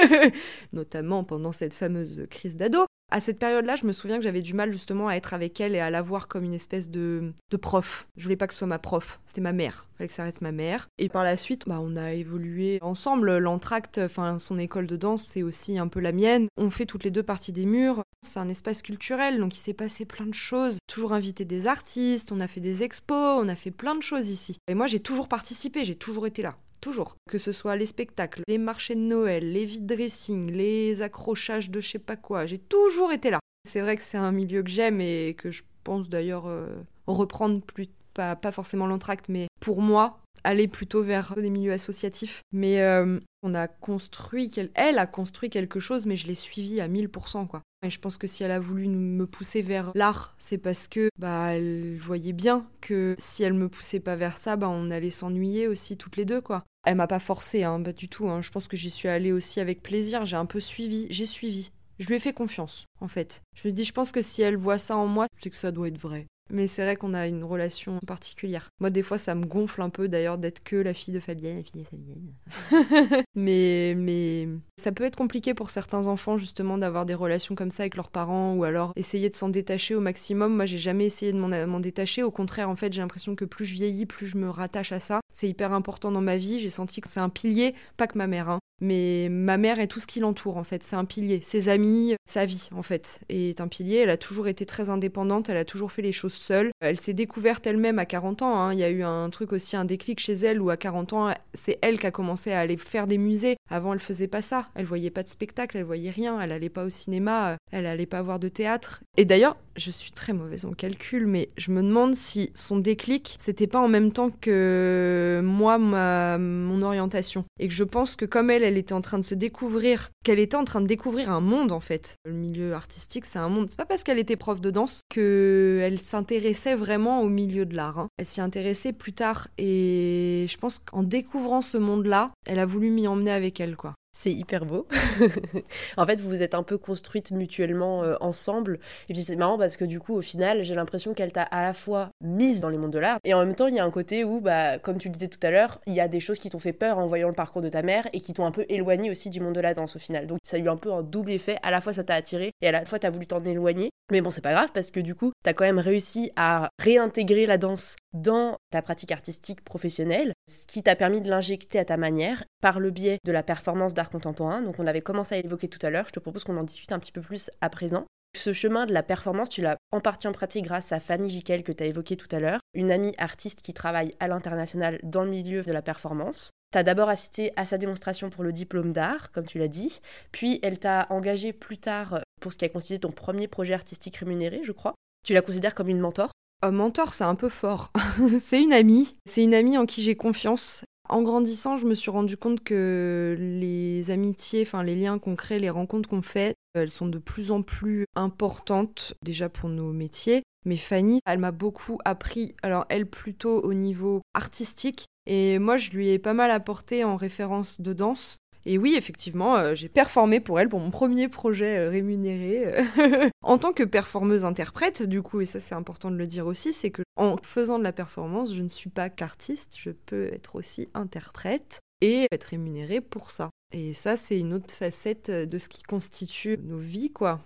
Speaker 2: notamment pendant cette fameuse crise d'ado. À cette période-là, je me souviens que j'avais du mal justement à être avec elle et à la voir comme une espèce de prof. Je voulais pas que ce soit ma prof, c'était ma mère. Il fallait que ça reste ma mère. Et par la suite, on a évolué ensemble. L'Entracte, son école de danse, c'est aussi un peu la mienne. On fait toutes les deux partie des murs. C'est un espace culturel, donc il s'est passé plein de choses. Toujours invité des artistes, on a fait des expos, on a fait plein de choses ici. Et moi, j'ai toujours participé, j'ai toujours été là. Toujours. Que ce soit les spectacles, les marchés de Noël, les vide dressing, les accrochages de je sais pas quoi, j'ai toujours été là. C'est vrai que c'est un milieu que j'aime et que je pense d'ailleurs reprendre pas forcément l'Entracte, mais pour moi, aller plutôt vers des milieux associatifs. Mais elle a construit quelque chose, mais je l'ai suivi à 1000%, quoi. Et je pense que si elle a voulu me pousser vers l'art, c'est parce que elle voyait bien que si elle me poussait pas vers ça, on allait s'ennuyer aussi toutes les deux, quoi. Elle m'a pas forcée, pas du tout. Je pense que j'y suis allée aussi avec plaisir. J'ai suivi. Je lui ai fait confiance, en fait. Je me dis, je pense que si elle voit ça en moi, c'est que ça doit être vrai. Mais c'est vrai qu'on a une relation particulière. Moi, des fois, ça me gonfle un peu, d'ailleurs, d'être que la fille de Fabienne. mais ça peut être compliqué pour certains enfants, justement, d'avoir des relations comme ça avec leurs parents, ou alors essayer de s'en détacher au maximum. Moi, j'ai jamais essayé de m'en détacher. Au contraire, en fait, j'ai l'impression que plus je vieillis, plus je me rattache à ça. C'est hyper important dans ma vie. J'ai senti que c'est un pilier, pas que ma mère, mais ma mère et tout ce qui l'entoure, en fait. C'est un pilier. Ses amis, sa vie, en fait, est un pilier. Elle a toujours été très indépendante. Elle a toujours fait les choses seule. Elle s'est découverte elle-même à 40 ans. Il y a eu un truc aussi, un déclic chez elle où à 40 ans, c'est elle qui a commencé à aller faire des musées. Avant, elle faisait pas ça. Elle voyait pas de spectacle, elle voyait rien. Elle allait pas au cinéma, elle allait pas voir de théâtre. Et d'ailleurs, je suis très mauvaise en calcul, mais je me demande si son déclic, c'était pas en même temps que moi, mon orientation. Et que je pense que comme elle était en train de se découvrir, qu'elle était en train de découvrir un monde, en fait. Le milieu artistique, c'est un monde. C'est pas parce qu'elle était prof de danse qu'elle s'intéressait vraiment au milieu de l'art. Elle s'y intéressait plus tard. Et je pense qu'en découvrant ce monde-là, elle a voulu m'y emmener avec elle, quoi.
Speaker 3: C'est hyper beau. En fait, vous vous êtes un peu construites mutuellement ensemble. Et puis c'est marrant parce que du coup, au final, j'ai l'impression qu'elle t'a à la fois mise dans les mondes de l'art et en même temps, il y a un côté où, comme tu le disais tout à l'heure, il y a des choses qui t'ont fait peur en voyant le parcours de ta mère et qui t'ont un peu éloigné aussi du monde de la danse au final. Donc ça a eu un peu un double effet. À la fois, ça t'a attiré et à la fois, t'as voulu t'en éloigner. Mais bon, c'est pas grave parce que du coup, t'as quand même réussi à réintégrer la danse dans ta pratique artistique professionnelle, ce qui t'a permis de l'injecter à ta manière par le biais de la performance d'art contemporain. Donc on avait commencé à l'évoquer tout à l'heure, je te propose qu'on en discute un petit peu plus à présent. Ce chemin de la performance, tu l'as en partie emprunté grâce à Fanny Jiquel que tu as évoqué tout à l'heure, une amie artiste qui travaille à l'international dans le milieu de la performance. Tu as d'abord assisté à sa démonstration pour le diplôme d'art, comme tu l'as dit, puis elle t'a engagé plus tard pour ce qui a constitué ton premier projet artistique rémunéré, je crois. Tu la considères comme une mentor ?
Speaker 2: Mentor, c'est un peu fort. C'est une amie en qui j'ai confiance. En grandissant, je me suis rendu compte que les amitiés, les liens qu'on crée, les rencontres qu'on fait, elles sont de plus en plus importantes, déjà pour nos métiers. Mais Fanny, elle m'a beaucoup appris, alors elle plutôt au niveau artistique, et moi je lui ai pas mal apporté en référence de danse. Et oui, effectivement, j'ai performé pour elle, pour mon premier projet rémunéré. En tant que performeuse-interprète, du coup, et ça c'est important de le dire aussi, c'est que en faisant de la performance, je ne suis pas qu'artiste, je peux être aussi interprète et être rémunérée pour ça. Et ça, c'est une autre facette de ce qui constitue nos vies, quoi.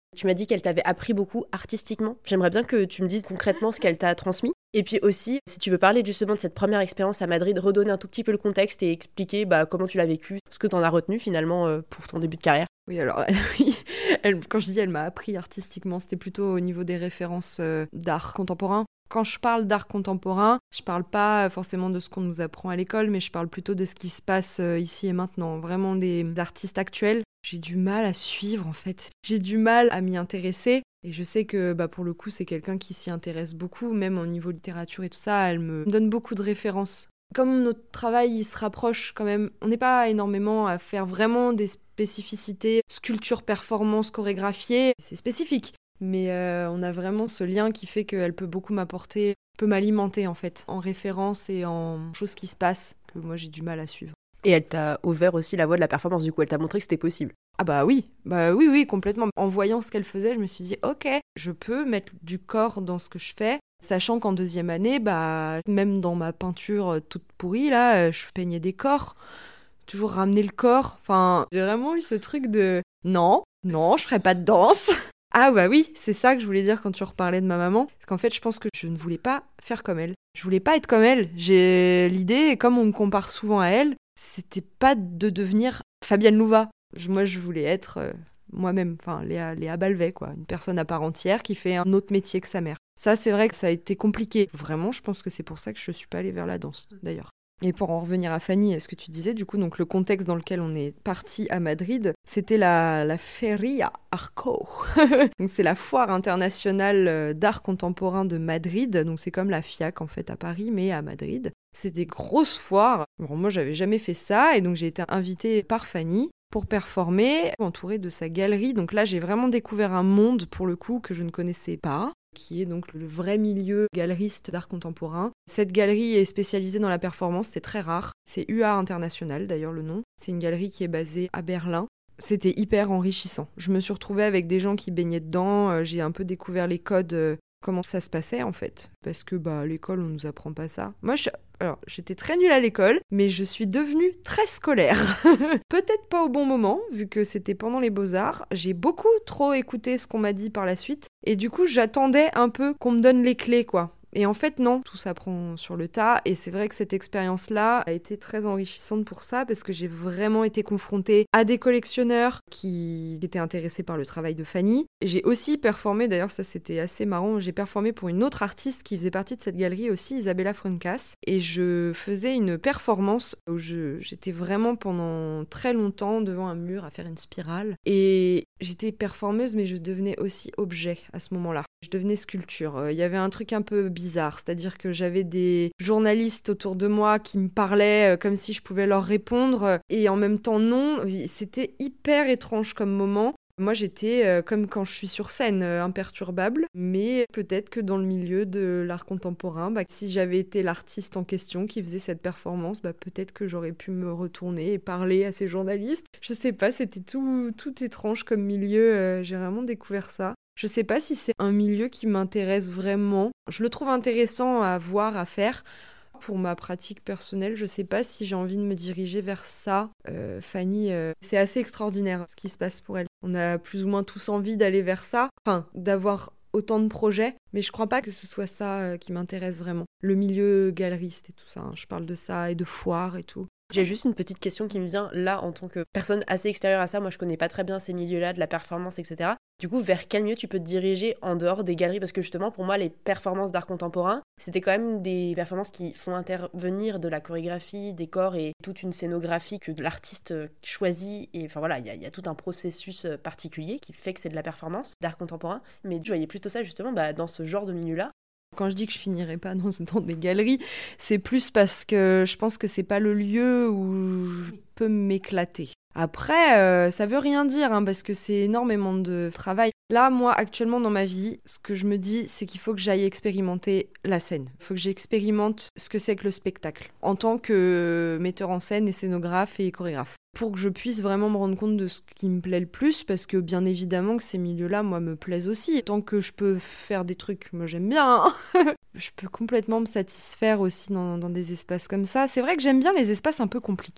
Speaker 3: Tu m'as dit qu'elle t'avait appris beaucoup artistiquement. J'aimerais bien que tu me dises concrètement ce qu'elle t'a transmis. Et puis aussi, si tu veux parler justement de cette première expérience à Madrid, redonner un tout petit peu le contexte et expliquer comment tu l'as vécu, ce que tu en as retenu finalement pour ton début de carrière.
Speaker 2: Oui, alors, oui, quand je dis elle m'a appris artistiquement, c'était plutôt au niveau des références d'art contemporain. Quand je parle d'art contemporain, je parle pas forcément de ce qu'on nous apprend à l'école, mais je parle plutôt de ce qui se passe ici et maintenant. Vraiment des artistes actuels. J'ai du mal à suivre en fait. J'ai du mal à m'y intéresser. Et je sais que pour le coup, c'est quelqu'un qui s'y intéresse beaucoup, même au niveau littérature et tout ça. Elle me donne beaucoup de références. Comme notre travail, il se rapproche quand même, on n'est pas énormément à faire vraiment des spécificités, sculpture, performance, chorégraphiée. C'est spécifique. Mais on a vraiment ce lien qui fait qu'elle peut beaucoup m'apporter, peut m'alimenter en fait, en références et en choses qui se passent que moi j'ai du mal à suivre.
Speaker 3: Et elle t'a ouvert aussi la voie de la performance, du coup, elle t'a montré que c'était possible.
Speaker 2: Ah oui, complètement. En voyant ce qu'elle faisait, je me suis dit, ok, je peux mettre du corps dans ce que je fais, sachant qu'en deuxième année, même dans ma peinture toute pourrie, là, je peignais des corps, toujours ramener le corps. Enfin, j'ai vraiment eu ce truc de, non, je ferai pas de danse. Ah oui, c'est ça que je voulais dire quand tu reparlais de ma maman. Parce qu'en fait, je pense que je ne voulais pas faire comme elle. Je voulais pas être comme elle. J'ai l'idée, et comme on me compare souvent à elle, c'était pas de devenir Fabienne Louva. Moi, je voulais être moi-même, enfin Léa Balvet, quoi. Une personne à part entière qui fait un autre métier que sa mère. Ça, c'est vrai que ça a été compliqué. Vraiment, je pense que c'est pour ça que je suis pas allée vers la danse, d'ailleurs. Et pour en revenir à Fanny, est-ce que tu disais, du coup, donc le contexte dans lequel on est parti à Madrid, c'était la Feria Arco. Donc c'est la foire internationale d'art contemporain de Madrid. Donc c'est comme la FIAC en fait à Paris, mais à Madrid. C'est des grosses foires. Bon, moi, j'avais jamais fait ça, et donc j'ai été invitée par Fanny pour performer, entourée de sa galerie. Donc là, j'ai vraiment découvert un monde, pour le coup, que je ne connaissais pas, qui est donc le vrai milieu galeriste d'art contemporain. Cette galerie est spécialisée dans la performance, c'est très rare. C'est UA International, d'ailleurs, le nom. C'est une galerie qui est basée à Berlin. C'était hyper enrichissant. Je me suis retrouvée avec des gens qui baignaient dedans. J'ai un peu découvert les codes, comment ça se passait, en fait. Parce que, à l'école, on nous apprend pas ça. Moi, j'étais très nulle à l'école, mais je suis devenue très scolaire. Peut-être pas au bon moment, vu que c'était pendant les Beaux-Arts. J'ai beaucoup trop écouté ce qu'on m'a dit par la suite. Et du coup, j'attendais un peu qu'on me donne les clés, quoi. Et en fait, non, tout s'apprend sur le tas. Et c'est vrai que cette expérience-là a été très enrichissante pour ça, parce que j'ai vraiment été confrontée à des collectionneurs qui étaient intéressés par le travail de Fanny. J'ai aussi performé, d'ailleurs ça c'était assez marrant, j'ai performé pour une autre artiste qui faisait partie de cette galerie aussi, Isabella Fruncas. Et je faisais une performance où j'étais vraiment pendant très longtemps devant un mur à faire une spirale. Et j'étais performeuse, mais je devenais aussi objet à ce moment-là. Je devenais sculpture. Il y avait un truc un peu bizarre, c'est-à-dire que j'avais des journalistes autour de moi qui me parlaient comme si je pouvais leur répondre, et en même temps non. C'était hyper étrange comme moment. Moi, j'étais comme quand je suis sur scène, imperturbable, mais peut-être que dans le milieu de l'art contemporain, si j'avais été l'artiste en question qui faisait cette performance, peut-être que j'aurais pu me retourner et parler à ces journalistes. Je sais pas, c'était tout étrange comme milieu, j'ai vraiment découvert ça. Je sais pas si c'est un milieu qui m'intéresse vraiment. Je le trouve intéressant à voir, à faire. Pour ma pratique personnelle, je sais pas si j'ai envie de me diriger vers ça. Fanny, c'est assez extraordinaire ce qui se passe pour elle. On a plus ou moins tous envie d'aller vers ça, enfin d'avoir autant de projets, mais je crois pas que ce soit ça qui m'intéresse vraiment. Le milieu galeriste et tout ça, hein. Je parle de ça et de foires et tout.
Speaker 3: J'ai juste une petite question qui me vient là en tant que personne assez extérieure à ça. Moi, je connais pas très bien ces milieux-là, de la performance, etc. Du coup, vers quel milieu tu peux te diriger en dehors des galeries? Parce que justement, pour moi, les performances d'art contemporain, c'était quand même des performances qui font intervenir de la chorégraphie, des corps et toute une scénographie que l'artiste choisit. Et enfin voilà, il y a tout un processus particulier qui fait que c'est de la performance d'art contemporain. Mais je voyais plutôt ça justement dans ce genre de milieu-là.
Speaker 2: Quand je dis que je finirai pas dans des galeries, c'est plus parce que je pense que c'est pas le lieu où je peux m'éclater. Après, ça veut rien dire, parce que c'est énormément de travail. Là, moi, actuellement dans ma vie, ce que je me dis, c'est qu'il faut que j'aille expérimenter la scène. Il faut que j'expérimente ce que c'est que le spectacle, en tant que metteur en scène et scénographe et chorégraphe. Pour que je puisse vraiment me rendre compte de ce qui me plaît le plus, parce que bien évidemment que ces milieux-là, moi, me plaisent aussi. Tant que je peux faire des trucs, moi j'aime bien, Je peux complètement me satisfaire aussi dans des espaces comme ça. C'est vrai que j'aime bien les espaces un peu compliqués.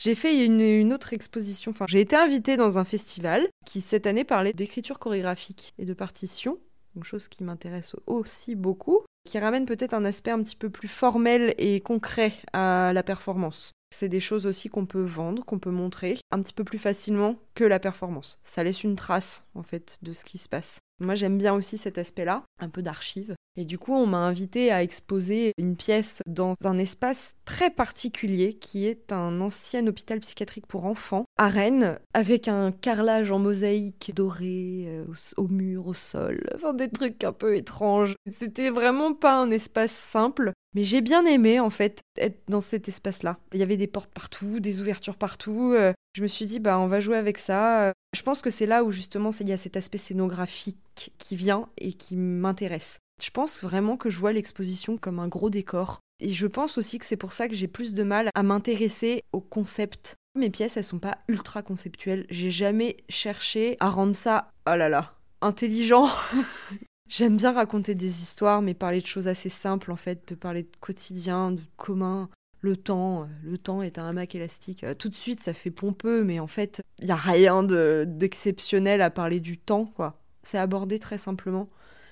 Speaker 2: J'ai fait une autre exposition, enfin j'ai été invitée dans un festival qui cette année parlait d'écriture chorégraphique et de partition, une chose qui m'intéresse aussi beaucoup, qui ramène peut-être un aspect un petit peu plus formel et concret à la performance. C'est des choses aussi qu'on peut vendre, qu'on peut montrer un petit peu plus facilement que la performance. Ça laisse une trace, en fait, de ce qui se passe. Moi, j'aime bien aussi cet aspect-là, un peu d'archives. Et du coup, on m'a invitée à exposer une pièce dans un espace très particulier qui est un ancien hôpital psychiatrique pour enfants à Rennes, avec un carrelage en mosaïque doré au mur, au sol, enfin des trucs un peu étranges. C'était vraiment pas un espace simple, mais j'ai bien aimé en fait être dans cet espace-là. Il y avait des portes partout, des ouvertures partout. Je me suis dit, on va jouer avec ça. Je pense que c'est là où justement il y a cet aspect scénographique qui vient et qui m'intéresse. Je pense vraiment que je vois l'exposition comme un gros décor. Et je pense aussi que c'est pour ça que j'ai plus de mal à m'intéresser au concept. Mes pièces, elles sont pas ultra conceptuelles. J'ai jamais cherché à rendre ça, oh là là, intelligent. J'aime bien raconter des histoires, mais parler de choses assez simples en fait, de parler de quotidien, de commun. Le temps est un hamac élastique. Tout de suite, ça fait pompeux, mais en fait, il n'y a rien d'exceptionnel à parler du temps, quoi. C'est abordé très simplement.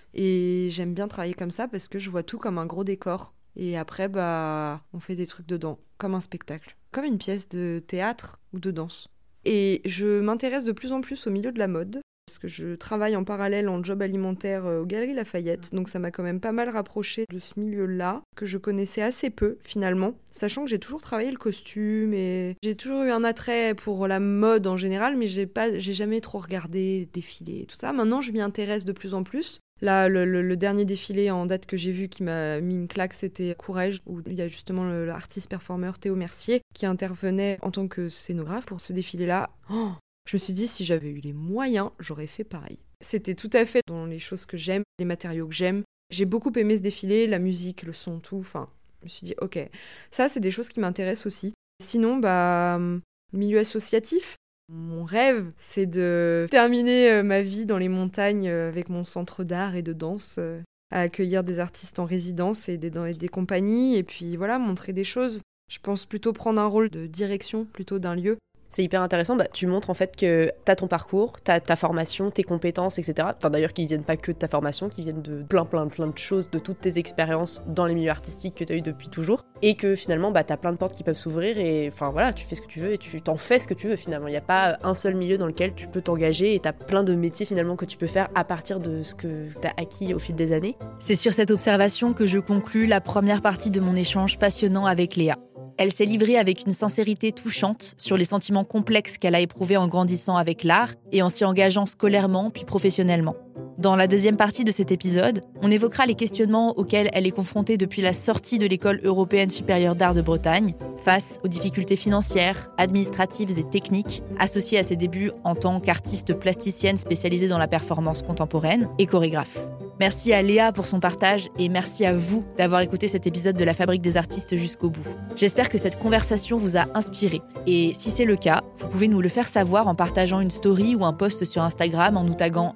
Speaker 2: Et j'aime bien travailler comme ça parce que je vois tout comme un gros décor. Et après, on fait des trucs dedans, comme un spectacle, comme une pièce de théâtre ou de danse. Et je m'intéresse de plus en plus au milieu de la mode, parce que je travaille en parallèle en job alimentaire aux Galeries Lafayette, donc ça m'a quand même pas mal rapproché de ce milieu-là, que je connaissais assez peu finalement, sachant que j'ai toujours travaillé le costume et j'ai toujours eu un attrait pour la mode en général, mais j'ai jamais trop regardé défiler et tout ça. Maintenant, je m'y intéresse de plus en plus. Là, le dernier défilé en date que j'ai vu qui m'a mis une claque, c'était Courrèges, où il y a justement l'artiste-performeur Théo Mercier qui intervenait en tant que scénographe pour ce défilé-là. Je me suis dit, si j'avais eu les moyens, j'aurais fait pareil. C'était tout à fait dans les choses que j'aime, les matériaux que j'aime. J'ai beaucoup aimé ce défilé, la musique, le son, tout. Enfin, je me suis dit, ok, ça, c'est des choses qui m'intéressent aussi. Sinon, le milieu associatif. Mon rêve, c'est de terminer ma vie dans les montagnes avec mon centre d'art et de danse, à accueillir des artistes en résidence et dans des compagnies, et puis voilà, montrer des choses. Je pense plutôt prendre un rôle de direction plutôt d'un lieu.
Speaker 3: C'est hyper intéressant, tu montres en fait que t'as ton parcours, t'as ta formation, tes compétences, etc. Enfin d'ailleurs qui viennent pas que de ta formation, qui viennent de plein de choses, de toutes tes expériences dans les milieux artistiques que t'as eu depuis toujours. Et que finalement t'as plein de portes qui peuvent s'ouvrir et enfin voilà, tu fais ce que tu veux et tu t'en fais ce que tu veux finalement. Il n'y a pas un seul milieu dans lequel tu peux t'engager et t'as plein de métiers finalement que tu peux faire à partir de ce que t'as acquis au fil des années.
Speaker 1: C'est sur cette observation que je conclus la première partie de mon échange passionnant avec Léa. Elle s'est livrée avec une sincérité touchante sur les sentiments complexes qu'elle a éprouvés en grandissant avec l'art et en s'y engageant scolairement puis professionnellement. Dans la deuxième partie de cet épisode, on évoquera les questionnements auxquels elle est confrontée depuis la sortie de l'École européenne supérieure d'art de Bretagne, face aux difficultés financières, administratives et techniques associées à ses débuts en tant qu'artiste plasticienne spécialisée dans la performance contemporaine et chorégraphe. Merci à Léa pour son partage et merci à vous d'avoir écouté cet épisode de La Fabrique des artistes jusqu'au bout. J'espère que cette conversation vous a inspiré. Et si c'est le cas, vous pouvez nous le faire savoir en partageant une story ou un post sur Instagram en nous taguant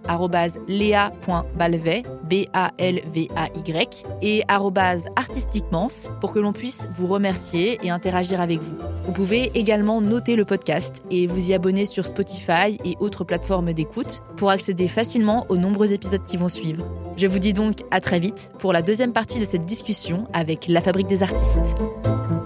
Speaker 1: @lea.balvay, BALVAY, et @artisticmance pour que l'on puisse vous remercier et interagir avec vous. Vous pouvez également noter le podcast et vous y abonner sur Spotify et autres plateformes d'écoute pour accéder facilement aux nombreux épisodes qui vont suivre. Je vous dis donc à très vite pour la deuxième partie de cette discussion avec La Fabrique des artistes.